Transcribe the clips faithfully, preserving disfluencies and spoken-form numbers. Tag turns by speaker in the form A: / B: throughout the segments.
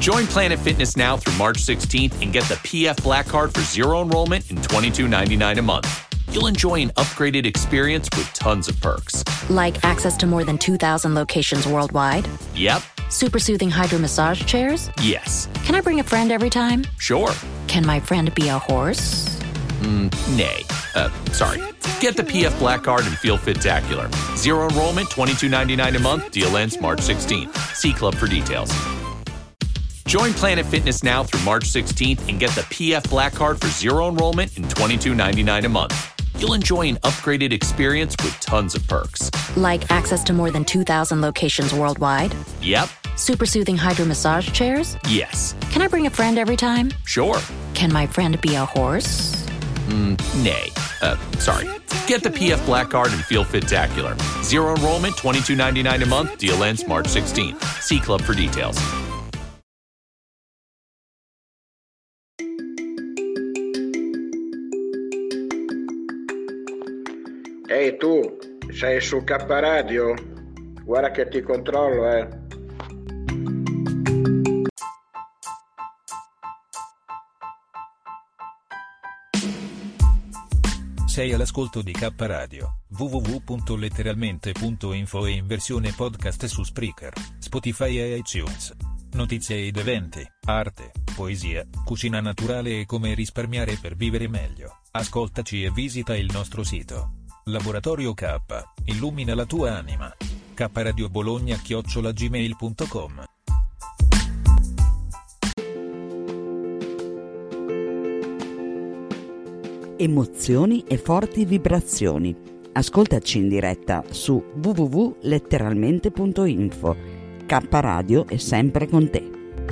A: Join Planet Fitness now through March sixteenth and get the P F Black Card for zero enrollment and twenty-two ninety-nine a month. You'll enjoy an upgraded experience with tons of perks.
B: Like access to more than two thousand locations worldwide?
A: Yep.
B: Super soothing hydro massage chairs?
A: Yes.
B: Can I bring a friend every time?
A: Sure.
B: Can my friend be a horse?
A: Mm, nay. Uh, sorry. Get the P F Black Card and feel fit-tacular. Zero enrollment, twenty-two ninety-nine a month. Deal ends March sixteenth. See Club for details. Join Planet Fitness now through March sixteenth and get the P F Black Card for zero enrollment and twenty-two ninety-nine a month. You'll enjoy an upgraded experience with tons of perks.
B: Like access to more than two thousand locations worldwide?
A: Yep.
B: Super soothing hydro massage chairs?
A: Yes.
B: Can I bring a friend every time?
A: Sure.
B: Can my friend be a horse?
A: Mm, nay. Uh, sorry. Get the P F Black Card and feel fit-tacular. Zero enrollment, twenty-two ninety-nine a month. Deal ends March sixteenth. See Club for details.
C: Ehi tu, sei su K Radio? Guarda che ti controllo, eh.
D: Sei all'ascolto di K Radio, w w w punto letteralmente punto info e in versione podcast su Spreaker, Spotify e iTunes. Notizie ed eventi, arte, poesia, cucina naturale e come risparmiare per vivere meglio. Ascoltaci e visita il nostro sito. Laboratorio K, illumina la tua anima. K Radio Bologna chiocciola gmail punto com.
E: Emozioni e forti vibrazioni. Ascoltaci in diretta su w w w punto letteralmente punto info. K Radio è sempre con te.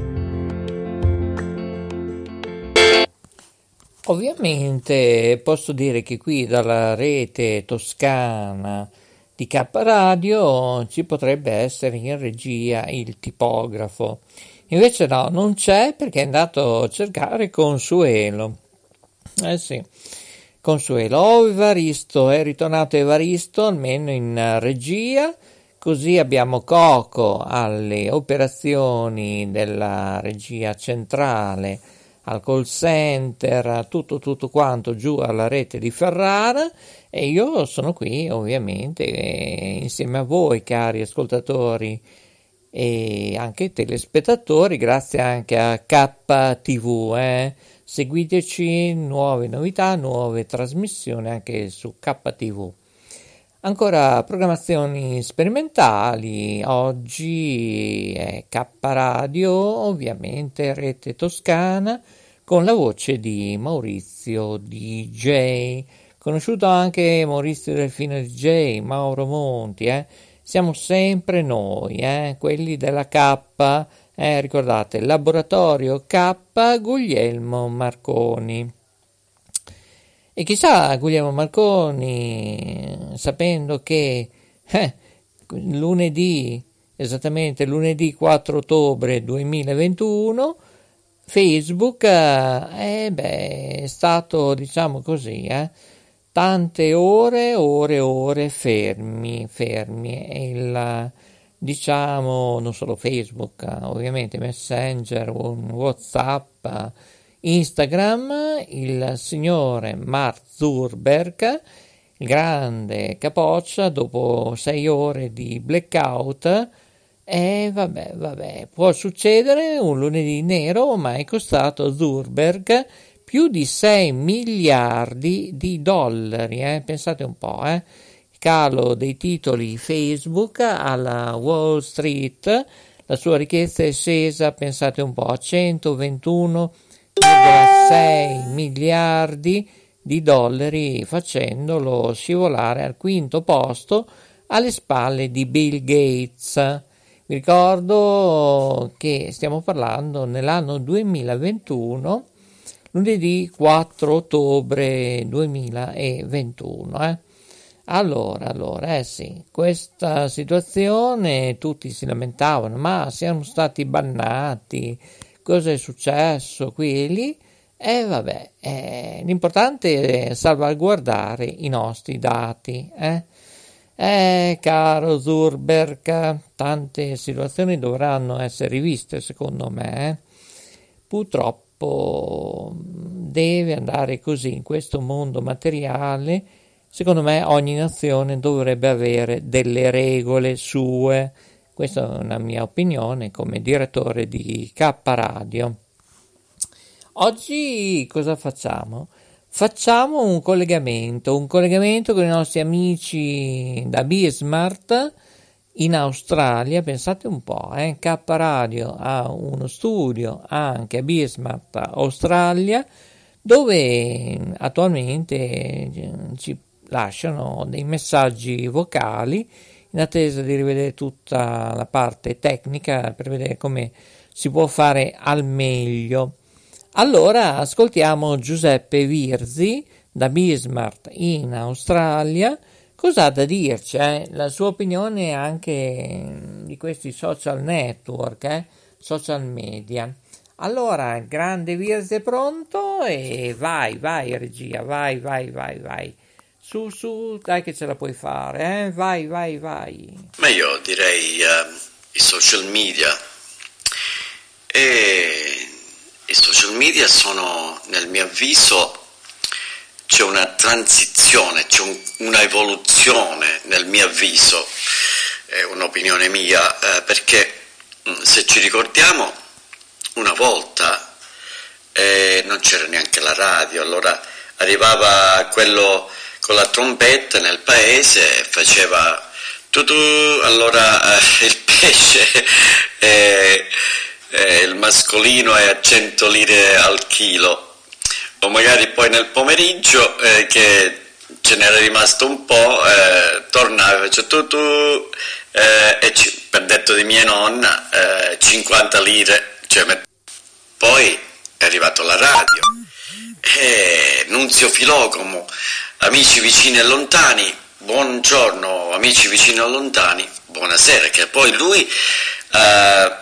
F: Ovviamente posso dire che qui dalla rete toscana di K Radio ci potrebbe essere in regia il tipografo. Invece no, non c'è perché è andato a cercare Consuelo. Eh sì, Consuelo. Oh, Evaristo, è ritornato Evaristo almeno in regia. Così abbiamo Coco alle operazioni della regia centrale, al call center, tutto tutto quanto giù alla rete di Ferrara, e io sono qui ovviamente insieme a voi cari ascoltatori e anche telespettatori, grazie anche a K T V, eh. Seguiteci, nuove novità, nuove trasmissioni anche su K T V. Ancora programmazioni sperimentali, oggi è K Radio, ovviamente rete toscana, con la voce di Maurizio D J, conosciuto anche Maurizio Delfino D J, Mauro Monti, eh? Siamo sempre noi, eh? Quelli della K, eh? Ricordate, Laboratorio K, Guglielmo Marconi. E chissà, Guglielmo Marconi, sapendo che eh, lunedì, esattamente lunedì quattro ottobre duemilaventuno, Facebook eh, beh, è stato, diciamo così, eh, tante ore, ore, ore fermi, fermi. E il, diciamo, non solo Facebook, ovviamente Messenger, WhatsApp, Instagram, il signore Mark Zuckerberg, il grande capoccia, dopo sei ore di blackout, e vabbè, vabbè, può succedere, un lunedì nero, ma è costato Zuckerberg più di sei miliardi di dollari, eh? Pensate un po', eh? Il calo dei titoli Facebook alla Wall Street, la sua ricchezza è scesa, pensate un po', a centoventuno virgola sei miliardi di dollari, facendolo scivolare al quinto posto alle spalle di Bill Gates. Vi ricordo che stiamo parlando nell'anno duemilaventuno, lunedì quattro ottobre duemilaventuno. Eh? Allora, allora, eh sì, questa situazione tutti si lamentavano, ma siamo stati bannati, cosa è successo qui e lì? E vabbè, eh, l'importante è salvaguardare i nostri dati, eh? Eh, caro Zuckerberg, tante situazioni dovranno essere riviste, secondo me. Purtroppo deve andare così in questo mondo materiale. Secondo me ogni nazione dovrebbe avere delle regole sue. Questa è una mia opinione come direttore di K Radio. Oggi cosa facciamo? Facciamo un collegamento, un collegamento con i nostri amici da Bismarck in Australia. Pensate un po', eh? K Radio ha uno studio anche a Bismarck, Australia, dove attualmente ci lasciano dei messaggi vocali in attesa di rivedere tutta la parte tecnica per vedere come si può fare al meglio. Allora ascoltiamo Giuseppe Virzi da Bismarck in Australia. Cosa ha da dirci? Eh? La sua opinione anche di questi social network, eh? social media. Allora, grande Virzi è pronto e vai, vai regia, vai, vai, vai, vai. Su, su, dai che ce la puoi fare, eh? Vai, vai, vai.
G: Ma io direi uh, i social media. E i social media sono, nel mio avviso, c'è una transizione, c'è un, una evoluzione nel mio avviso, è un'opinione mia, eh, perché se ci ricordiamo, una volta eh, non c'era neanche la radio, allora arrivava quello con la trombetta nel paese e faceva tutù, allora eh, il pesce eh, eh, il mascolino è a cento lire al chilo, o magari poi nel pomeriggio eh, che ce n'era rimasto un po', eh, tornava e faceva tutù, eh, e ci, per detto di mia nonna, eh, cinquanta lire, cioè, poi è arrivato la radio, e Nunzio Filocomo, amici vicini e lontani, buongiorno amici vicini e lontani, buonasera, che poi lui eh,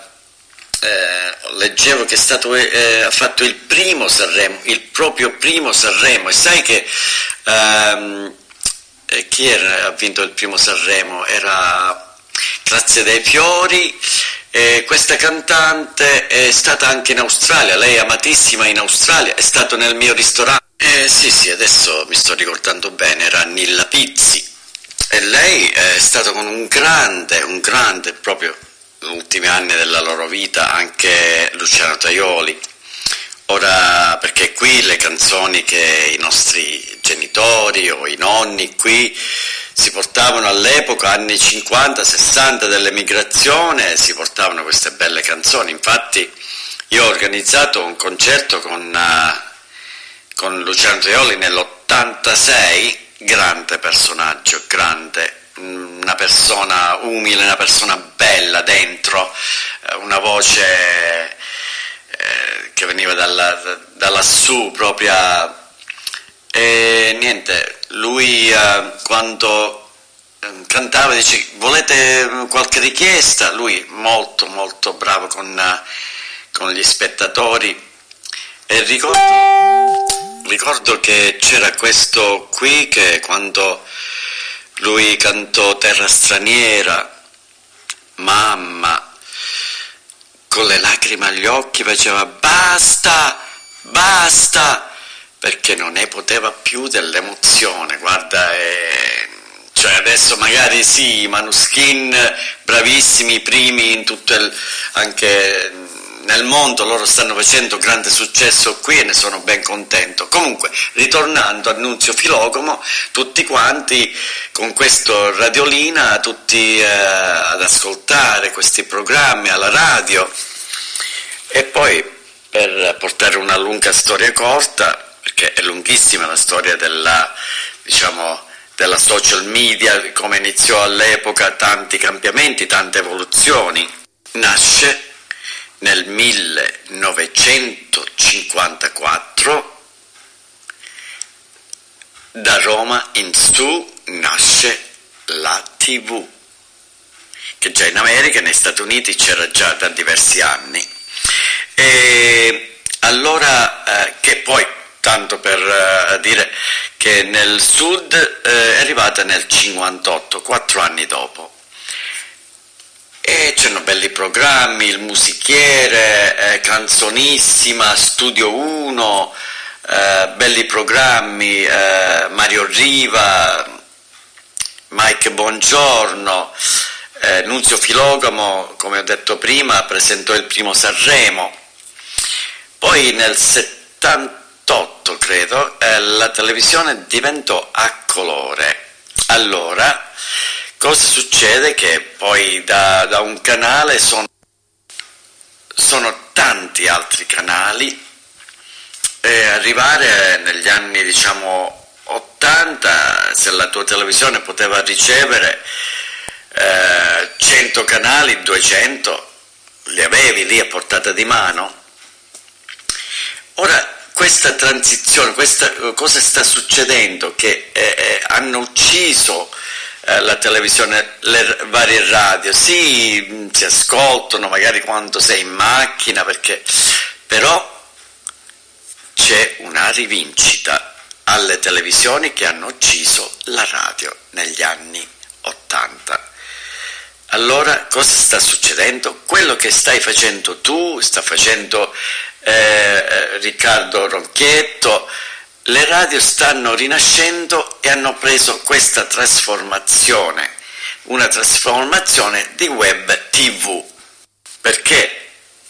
G: eh, leggevo che è stato, eh, ha fatto il primo Sanremo, il proprio primo Sanremo, e sai che ehm, eh, chi era, ha vinto il primo Sanremo? Era Grazia dei Fiori. E questa cantante è stata anche in Australia, lei è amatissima in Australia, è stato nel mio ristorante. Eh, sì, sì, adesso mi sto ricordando bene, era Nilla Pizzi, e lei è stata con un grande, un grande, proprio negli ultimi anni della loro vita, anche Luciano Tajoli. Ora, perché qui le canzoni che i nostri genitori o i nonni qui si portavano all'epoca, anni cinquanta sessanta dell'emigrazione, si portavano queste belle canzoni. Infatti io ho organizzato un concerto con... Uh, con Luciano Tajoli nell'ottantasei, grande personaggio, grande, una persona umile, una persona bella dentro, una voce eh, che veniva dalla, da lassù propria, e niente, lui eh, quando eh, cantava dice: volete qualche richiesta? Lui molto molto bravo con, uh, con gli spettatori, e ricordo Ricordo che c'era questo qui che quando lui cantò Terra straniera, mamma, con le lacrime agli occhi faceva basta, basta, perché non ne poteva più dell'emozione. Guarda, eh, cioè adesso magari sì, i Maneskin, bravissimi, i primi in tutto il, anche nel mondo, loro stanno facendo grande successo qui e ne sono ben contento. Comunque, ritornando a Nunzio Filocomo, tutti quanti con questo Radiolina, tutti eh, ad ascoltare questi programmi alla radio. E poi, per portare una lunga storia corta, perché è lunghissima la storia della, diciamo, della social media, come iniziò all'epoca, tanti cambiamenti, tante evoluzioni, nasce nel millenovecentocinquantaquattro, da Roma in su nasce la tivù, che già in America e negli Stati Uniti c'era già da diversi anni. E allora, eh, che poi, tanto per uh, dire che nel sud eh, è arrivata nel cinquantotto, quattro anni dopo. E c'erano belli programmi, il musichiere, eh, Canzonissima, Studio uno, eh, belli programmi, eh, Mario Riva, Mike Bongiorno, eh, Nunzio Filogamo, come ho detto prima, presentò il primo Sanremo. Poi nel settantotto, credo, eh, la televisione diventò a colore. Allora, cosa succede? Che poi da, da un canale sono, sono tanti altri canali, e arrivare negli anni, diciamo, ottanta, se la tua televisione poteva ricevere eh, cento canali, duecento, li avevi lì a portata di mano. Ora, questa transizione, questa, cosa sta succedendo? Che eh, eh, hanno ucciso eh, la televisione, le varie radio, sì, si ascoltano magari quando sei in macchina, perché però c'è una rivincita alle televisioni che hanno ucciso la radio negli anni ottanta. Allora, cosa sta succedendo? Quello che stai facendo tu, sta facendo eh, Riccardo Ronchietto, le radio stanno rinascendo e hanno preso questa trasformazione, una trasformazione di web tivù, perché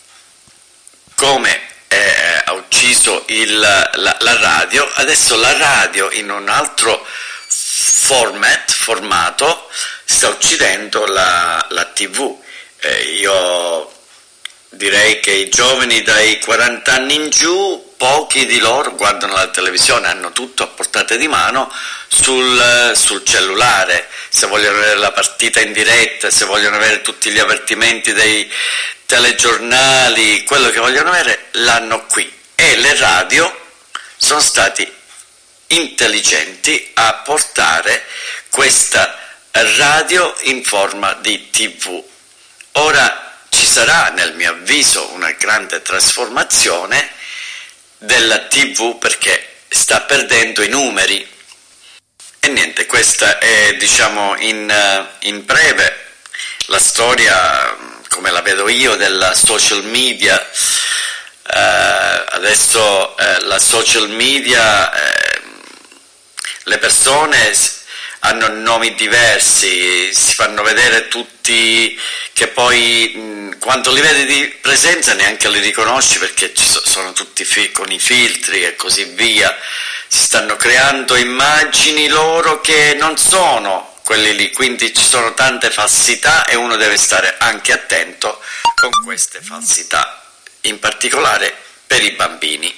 G: come eh, ha ucciso il, la, la radio, adesso la radio in un altro format, formato, sta uccidendo la, la tivù. Eh, io direi che i giovani dai quaranta anni in giù, pochi di loro guardano la televisione, hanno tutto a portata di mano sul, sul cellulare. Se vogliono avere la partita in diretta, se vogliono avere tutti gli avvertimenti dei telegiornali, quello che vogliono avere l'hanno qui. E le radio sono stati intelligenti a portare questa radio in forma di tivù. Ora ci sarà, nel mio avviso, una grande trasformazione della tivù, perché sta perdendo i numeri. E niente, questa è, diciamo, in, in breve la storia, come la vedo io, della social media. Uh, adesso uh, la social media, uh, le persone hanno nomi diversi, si fanno vedere tutti, che poi mh, quando li vedi di presenza neanche li riconosci, perché ci so, sono tutti fi- con i filtri e così via. Si stanno creando immagini loro che non sono quelli lì, quindi ci sono tante falsità e uno deve stare anche attento con queste falsità, in particolare per i bambini.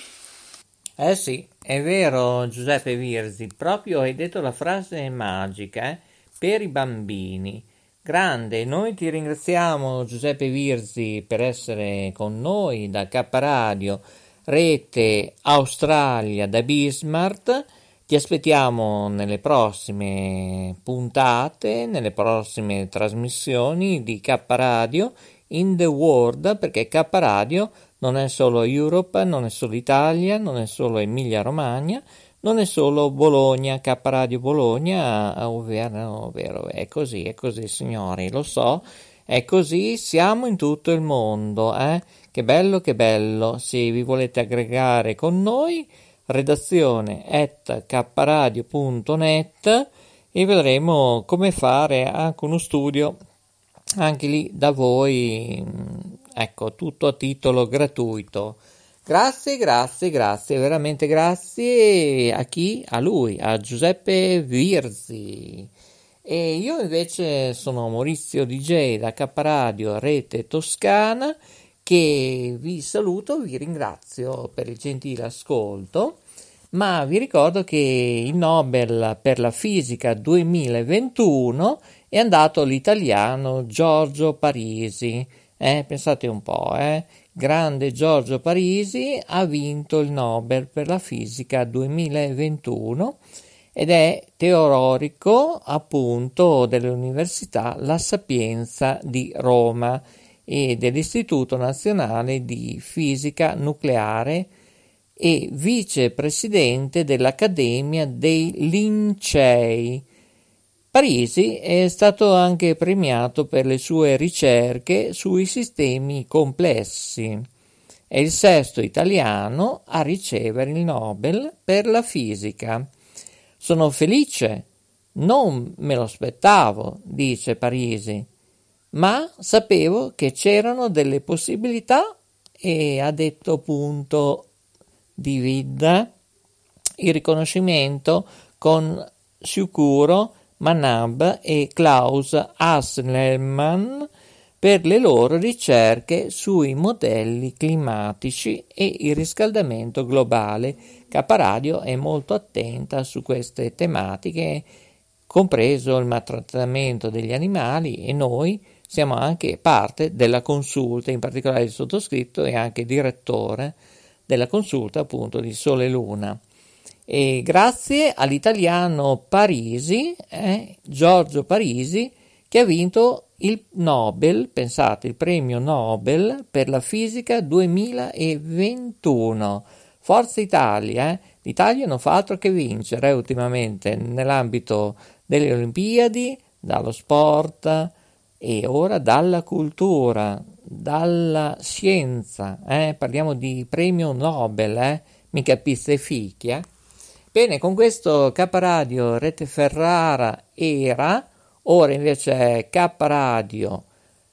F: Eh sì, è vero Giuseppe Virzi, proprio hai detto la frase magica, eh? Per i bambini. Grande, noi ti ringraziamo Giuseppe Virzi per essere con noi da K Radio, rete Australia da Bismarck. Ti aspettiamo nelle prossime puntate, nelle prossime trasmissioni di K Radio in the World, perché K Radio non è solo Europe, non è solo Italia, non è solo Emilia Romagna, non è solo Bologna, K Radio Bologna, ovvero, ovvero è così, è così signori, lo so, è così, siamo in tutto il mondo, eh? Che bello, che bello, se vi volete aggregare con noi, redazione at kradio punto net, e vedremo come fare anche uno studio anche lì da voi, ecco, tutto a titolo gratuito. Grazie, grazie, grazie, veramente grazie a chi? A lui, a Giuseppe Virzi. E io invece sono Maurizio D J da K Radio Rete Toscana, che vi saluto, vi ringrazio per il gentile ascolto, ma vi ricordo che il Nobel per la fisica duemilaventuno è andato all'italiano Giorgio Parisi, eh? Pensate un po', eh? Grande Giorgio Parisi ha vinto il Nobel per la fisica duemilaventuno ed è teorico appunto dell'Università La Sapienza di Roma e dell'Istituto Nazionale di Fisica Nucleare e vicepresidente dell'Accademia dei Lincei. Parisi è stato anche premiato per le sue ricerche sui sistemi complessi. È il sesto italiano a ricevere il Nobel per la fisica. Sono felice, non me lo aspettavo, dice Parisi, ma sapevo che c'erano delle possibilità e ha detto punto divida il riconoscimento con sicuro Manab e Klaus Hasselmann per le loro ricerche sui modelli climatici e il riscaldamento globale. K Radio è molto attenta su queste tematiche, compreso il maltrattamento degli animali, e noi siamo anche parte della consulta, in particolare il sottoscritto è anche direttore della consulta appunto di Sole e Luna. E grazie all'italiano Parisi, eh, Giorgio Parisi, che ha vinto il Nobel, pensate, il premio Nobel per la fisica duemilaventuno. Forza Italia, eh? L'Italia non fa altro che vincere eh, ultimamente nell'ambito delle Olimpiadi, dallo sport e ora dalla cultura, dalla scienza. Eh? Parliamo di premio Nobel, eh? mica pizza e fichi, eh? Bene, con questo K Radio Rete Ferrara era, ora invece è K Radio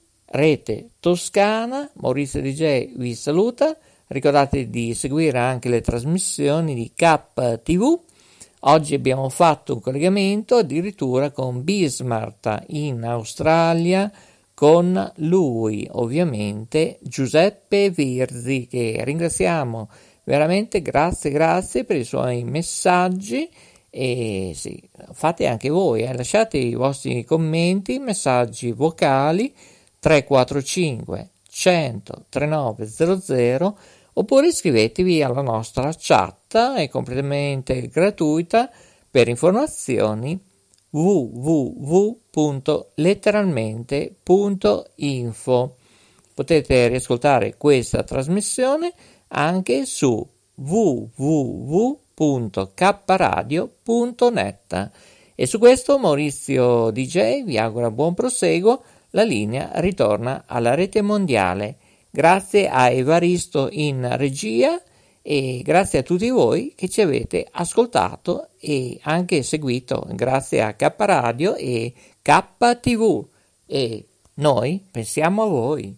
F: Rete Toscana. Maurizio D J vi saluta, ricordate di seguire anche le trasmissioni di K T V. Oggi abbiamo fatto un collegamento addirittura con Bismarck in Australia, con lui ovviamente Giuseppe Virzi, che ringraziamo veramente, grazie grazie per i suoi messaggi. E sì, fate anche voi, eh, lasciate i vostri commenti, messaggi vocali tre quattro cinque cento trentanove zero zero, oppure iscrivetevi alla nostra chat, è completamente gratuita. Per informazioni w w w punto letteralmente punto info. Potete riascoltare questa trasmissione anche su w w w punto k radio punto net. E su questo Maurizio D J vi augura buon proseguo. La linea ritorna alla rete mondiale. Grazie a Evaristo in regia e grazie a tutti voi che ci avete ascoltato e anche seguito, grazie a K Radio e K T V. E noi pensiamo a voi.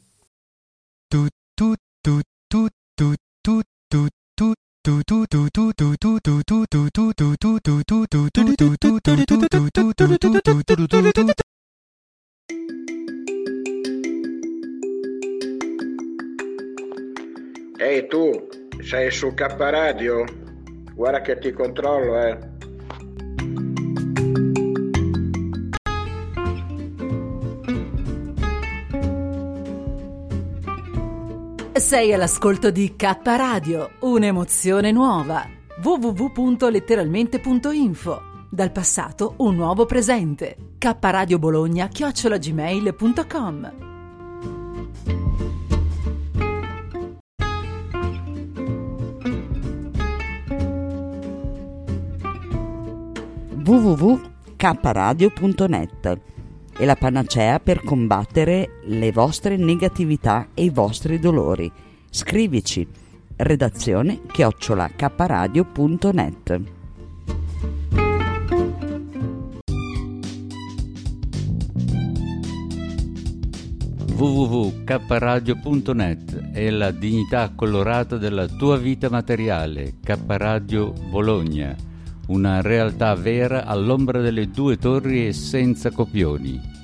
H: Tu, tu, tu, tu, tu, tu, tu.
C: Ehi tu, sei su K Radio? Guarda che ti controllo, eh.
I: Sei all'ascolto di K Radio, un'emozione nuova. w w w punto letteralmente punto info. Dal passato un nuovo presente. K Radio Bologna chiocciola gmail punto com.
E: w w w punto k radio punto net è la panacea per combattere le vostre negatività e i vostri dolori. Scrivici redazione chiocciola k radio punto net.
J: w w w punto k radio punto net è la dignità colorata della tua vita materiale. K Radio Bologna, una realtà vera all'ombra delle due torri e senza copioni.